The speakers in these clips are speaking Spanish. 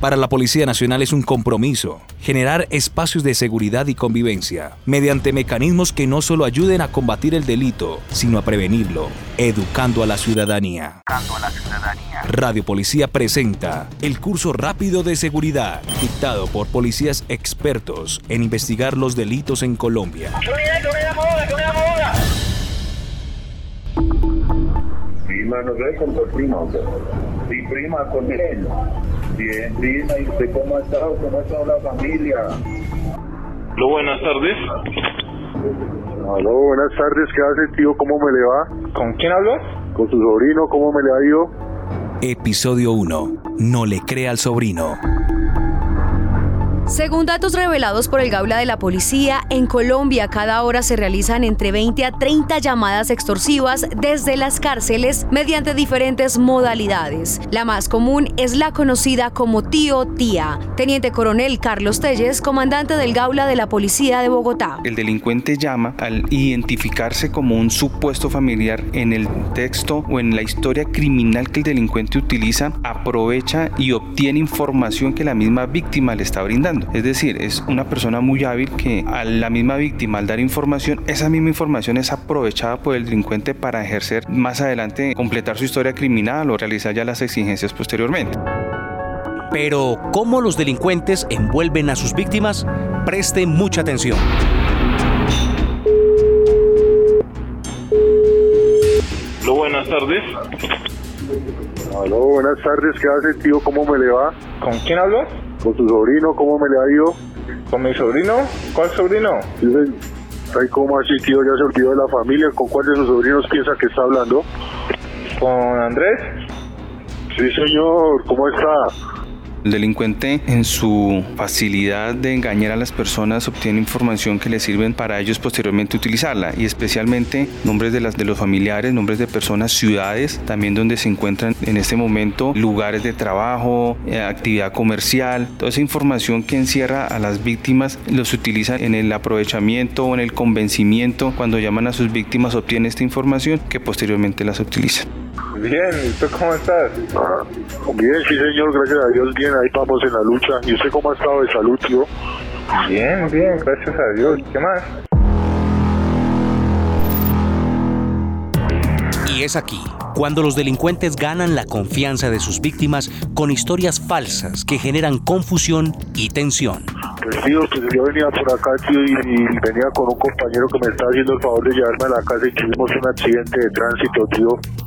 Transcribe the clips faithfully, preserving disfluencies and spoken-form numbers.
Para la Policía Nacional es un compromiso generar espacios de seguridad y convivencia mediante mecanismos que no solo ayuden a combatir el delito, sino a prevenirlo, educando a la ciudadanía. Educando a la ciudadanía. Radio Policía presenta el curso rápido de seguridad, dictado por policías expertos en investigar los delitos en Colombia. Prima, no sé con tu prima, sí, prima, con él. Bien, prima, ¿y usted cómo ha estado? ¿Cómo ha estado la familia? Aló, buenas tardes. Aló, buenas tardes, ¿qué hace, tío? ¿Cómo me le va? ¿Con quién hablas? Con su sobrino, ¿cómo me le ha ido? Episodio uno. No le crea al sobrino. Según datos revelados por el Gaula de la Policía, en Colombia cada hora se realizan entre veinte a treinta llamadas extorsivas desde las cárceles mediante diferentes modalidades. La más común es la conocida como tío-tía. Teniente Coronel Carlos Telles, comandante del Gaula de la Policía de Bogotá. El delincuente llama al identificarse como un supuesto familiar en el texto o en la historia criminal que el delincuente utiliza, aprovecha y obtiene información que la misma víctima le está brindando. Es decir, es una persona muy hábil que a la misma víctima, al dar información, esa misma información es aprovechada por el delincuente para ejercer más adelante, completar su historia criminal o realizar ya las exigencias posteriormente. Pero, ¿cómo los delincuentes envuelven a sus víctimas? Presten mucha atención. Aló, buenas tardes. Aló, buenas tardes, ¿qué hace, tío? ¿Cómo me le va? ¿Con quién hablas? Con su sobrino, ¿cómo me le ha ido? ¿Con mi sobrino? ¿Cuál sobrino? Sí, ay, ¿cómo así, tío? ¿Ya se olvidó de la familia? ¿Con cuál de sus sobrinos piensa que está hablando? ¿Con Andrés? Sí, señor, ¿cómo está? El delincuente, en su facilidad de engañar a las personas, obtiene información que le sirven para ellos posteriormente utilizarla, y especialmente nombres de, las, de los familiares, nombres de personas, ciudades, también donde se encuentran en este momento, lugares de trabajo, eh, actividad comercial. Toda esa información que encierra a las víctimas los utiliza en el aprovechamiento o en el convencimiento. Cuando llaman a sus víctimas, obtiene esta información que posteriormente las utiliza. Bien, ¿y tú cómo estás? Ah, bien, sí, señor, gracias a Dios, bien, ahí vamos en la lucha. ¿Y usted cómo ha estado de salud, tío? Bien, bien, gracias a Dios. ¿Qué más? Y es aquí cuando los delincuentes ganan la confianza de sus víctimas con historias falsas que generan confusión y tensión. Pues tío, pues yo venía por acá, tío, y, y venía con un compañero que me estaba haciendo el favor de llevarme a la casa y tuvimos un accidente de tránsito, tío.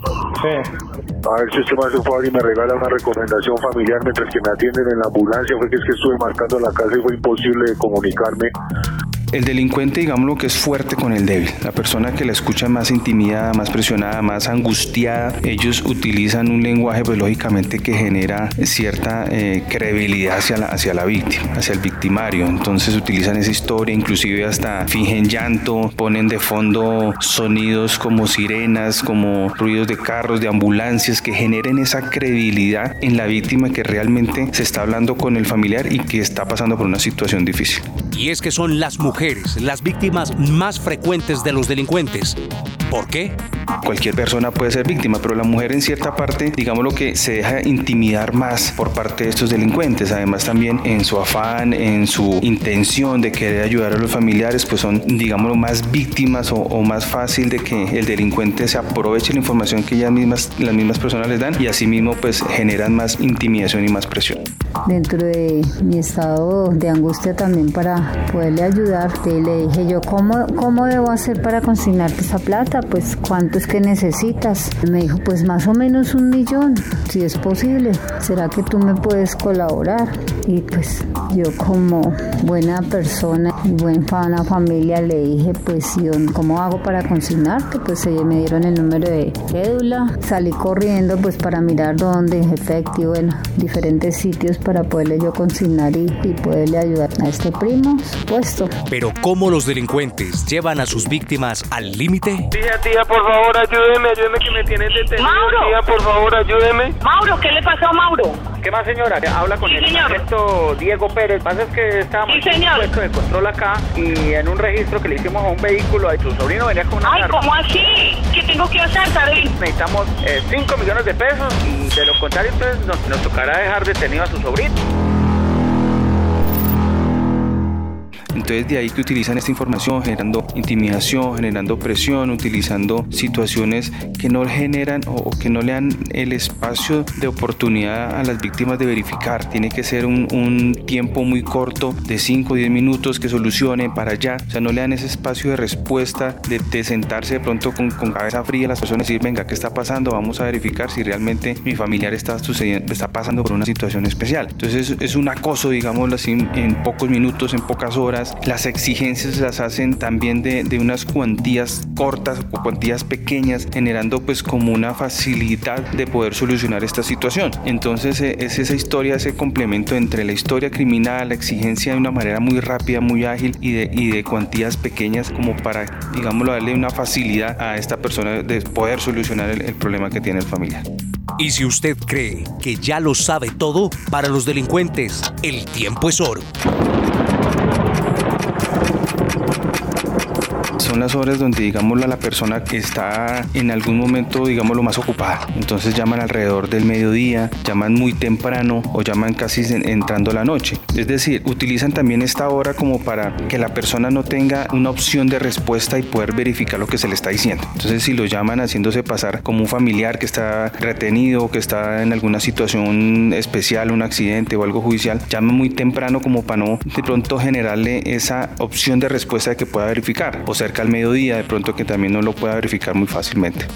Sí. A ver si usted me hace un favor y me regala una recomendación familiar mientras que me atienden en la ambulancia. Fue que es que estuve marcando la casa y fue imposible comunicarme. El delincuente, digamos, lo que es fuerte con el débil, la persona que la escucha más intimidada, más presionada, más angustiada. Ellos utilizan un lenguaje, pues lógicamente, que genera cierta eh, credibilidad hacia la, hacia la víctima, hacia el victimario. Entonces utilizan esa historia, inclusive hasta fingen llanto, ponen de fondo sonidos como sirenas, como ruidos de carros, de ambulancias, que generen esa credibilidad en la víctima que realmente se está hablando con el familiar y que está pasando por una situación difícil. Y es que son las mujeres las víctimas más frecuentes de los delincuentes. ¿Por qué? Cualquier persona puede ser víctima, pero la mujer en cierta parte, digamos lo que se deja intimidar más por parte de estos delincuentes. Además también en su afán, en su intención de querer ayudar a los familiares, pues son, digamos, más víctimas o, o más fácil de que el delincuente se aproveche la información que ellas mismas, las mismas personas les dan, y asimismo pues generan más intimidación y más presión. Dentro de mi estado de angustia también para poderle ayudar, le dije yo, ¿cómo, cómo debo hacer para consignarte esa plata? Pues, ¿cuánto es que necesitas? Me dijo, pues más o menos un millón, si es posible. ¿Será que tú me puedes colaborar? Y pues yo, como buena persona y buena familia, le dije, pues yo, ¿cómo hago para consignarte? Pues ellos me dieron el número de cédula, salí corriendo pues para mirar dónde, efectivo, en diferentes sitios para poderle yo consignar y, y poderle ayudar a este primo, supuesto. Pero ¿cómo los delincuentes llevan a sus víctimas al límite? Tía, tía, por favor, ayúdeme, ayúdeme que me tienen detenido. ¡Mauro! Tía, por favor, ayúdeme. Mauro, ¿qué le pasó a Mauro? ¿Qué más, señora? Habla con Sí, el señor. sargento Diego Pérez. Pasa es que estábamos Sí, en un señor. puesto de control acá y en un registro que le hicimos a un vehículo, a tu sobrino venía con una Ay, arma. ¿cómo así? ¿Qué tengo que hacer, David? Necesitamos cinco millones de pesos y de lo contrario, pues nos, nos tocará dejar detenido a su sobrino. Entonces de ahí que utilizan esta información generando intimidación, generando presión, utilizando situaciones que no generan o que no le dan el espacio de oportunidad a las víctimas de verificar. Tiene que ser un, un tiempo muy corto de cinco o diez minutos que solucione para allá. O sea, no le dan ese espacio de respuesta, de, de sentarse de pronto con, con cabeza fría las personas y decir, venga, ¿qué está pasando? Vamos a verificar si realmente mi familiar está sucediendo, está pasando por una situación especial. Entonces es, es un acoso, digámoslo así, en pocos minutos, en pocas horas. Las exigencias las hacen también de, de unas cuantías cortas o cuantías pequeñas, generando pues como una facilidad de poder solucionar esta situación. Entonces es esa historia, ese complemento entre la historia criminal, la exigencia de una manera muy rápida, muy ágil y de, y de cuantías pequeñas como para, digámoslo, darle una facilidad a esta persona de poder solucionar el, el problema que tiene el familiar. Y si usted cree que ya lo sabe todo, para los delincuentes, el tiempo es oro. Son las horas donde, digámoslo, la persona que está en algún momento, digámoslo, más ocupada. Entonces llaman alrededor del mediodía, llaman muy temprano o llaman casi entrando la noche. Es decir, utilizan también esta hora como para que la persona no tenga una opción de respuesta y poder verificar lo que se le está diciendo. Entonces, si lo llaman haciéndose pasar como un familiar que está retenido, que está en alguna situación especial, un accidente o algo judicial, llaman muy temprano como para no de pronto generarle esa opción de respuesta de que pueda verificar, o cerca al mediodía de pronto que también no lo pueda verificar muy fácilmente.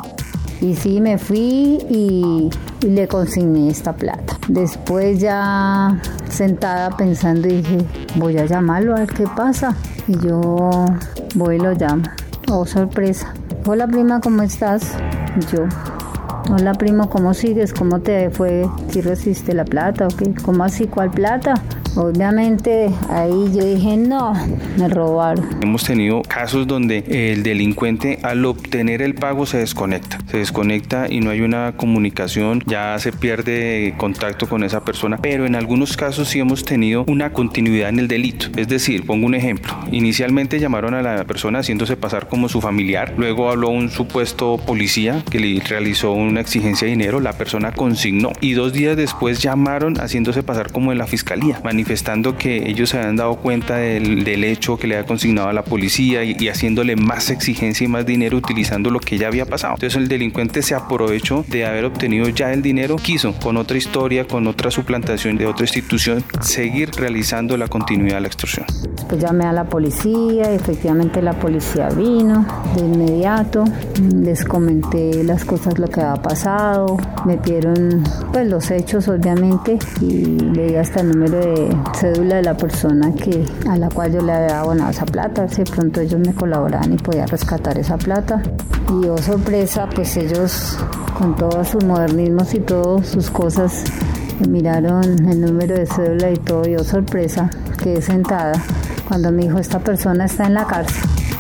Y sí, me fui y, y le consigné esta plata. Después ya sentada pensando dije, voy a llamarlo a ver qué pasa. Y yo voy y lo llamo. Oh, sorpresa. Hola prima, ¿cómo estás? Y yo, hola primo, ¿cómo sigues? ¿Cómo te fue? ¿Si recibiste la plata o qué? ¿Cómo así? ¿Cuál plata? Obviamente ahí yo dije, no, me robaron. Hemos tenido casos donde el delincuente al obtener el pago se desconecta, se desconecta y no hay una comunicación, ya se pierde contacto con esa persona, pero en algunos casos sí hemos tenido una continuidad en el delito. Es decir, pongo un ejemplo, inicialmente llamaron a la persona haciéndose pasar como su familiar, luego habló un supuesto policía que le realizó una exigencia de dinero, la persona consignó y dos días después llamaron haciéndose pasar como de la fiscalía, manifestando que ellos se habían dado cuenta del, del hecho que le había consignado a la policía y, y haciéndole más exigencia y más dinero utilizando lo que ya había pasado. Entonces el delincuente se aprovechó de haber obtenido ya el dinero, quiso con otra historia, con otra suplantación de otra institución, seguir realizando la continuidad de la extorsión. Pues llamé a la policía, efectivamente la policía vino de inmediato, les comenté las cosas, lo que había pasado, me pidieron pues los hechos obviamente y le di hasta el número de cédula de la persona que a la cual yo le había abonado esa plata, si de pronto ellos me colaboraban y podía rescatar esa plata. Y oh sorpresa, pues ellos con todos sus modernismos y todas sus cosas me miraron el número de cédula y todo, y oh sorpresa, quedé sentada cuando me dijo, esta persona está en la cárcel.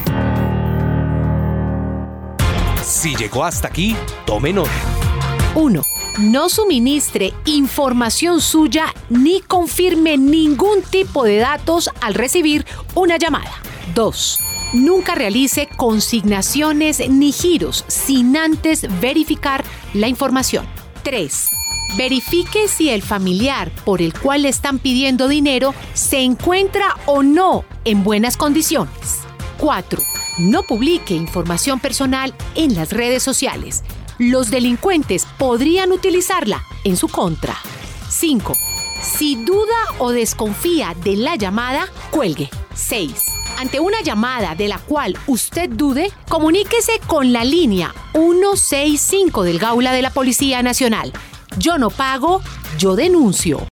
Si llegó hasta aquí, tome nota. uno. No suministre información suya ni confirme ningún tipo de datos al recibir una llamada. dos. Nunca realice consignaciones ni giros sin antes verificar la información. tres. Verifique si el familiar por el cual le están pidiendo dinero se encuentra o no en buenas condiciones. cuatro. No publique información personal en las redes sociales. Los delincuentes podrían utilizarla en su contra. cinco. Si duda o desconfía de la llamada, cuelgue. seis. Ante una llamada de la cual usted dude, comuníquese con la línea ciento sesenta y cinco del Gaula de la Policía Nacional. Yo no pago, yo denuncio.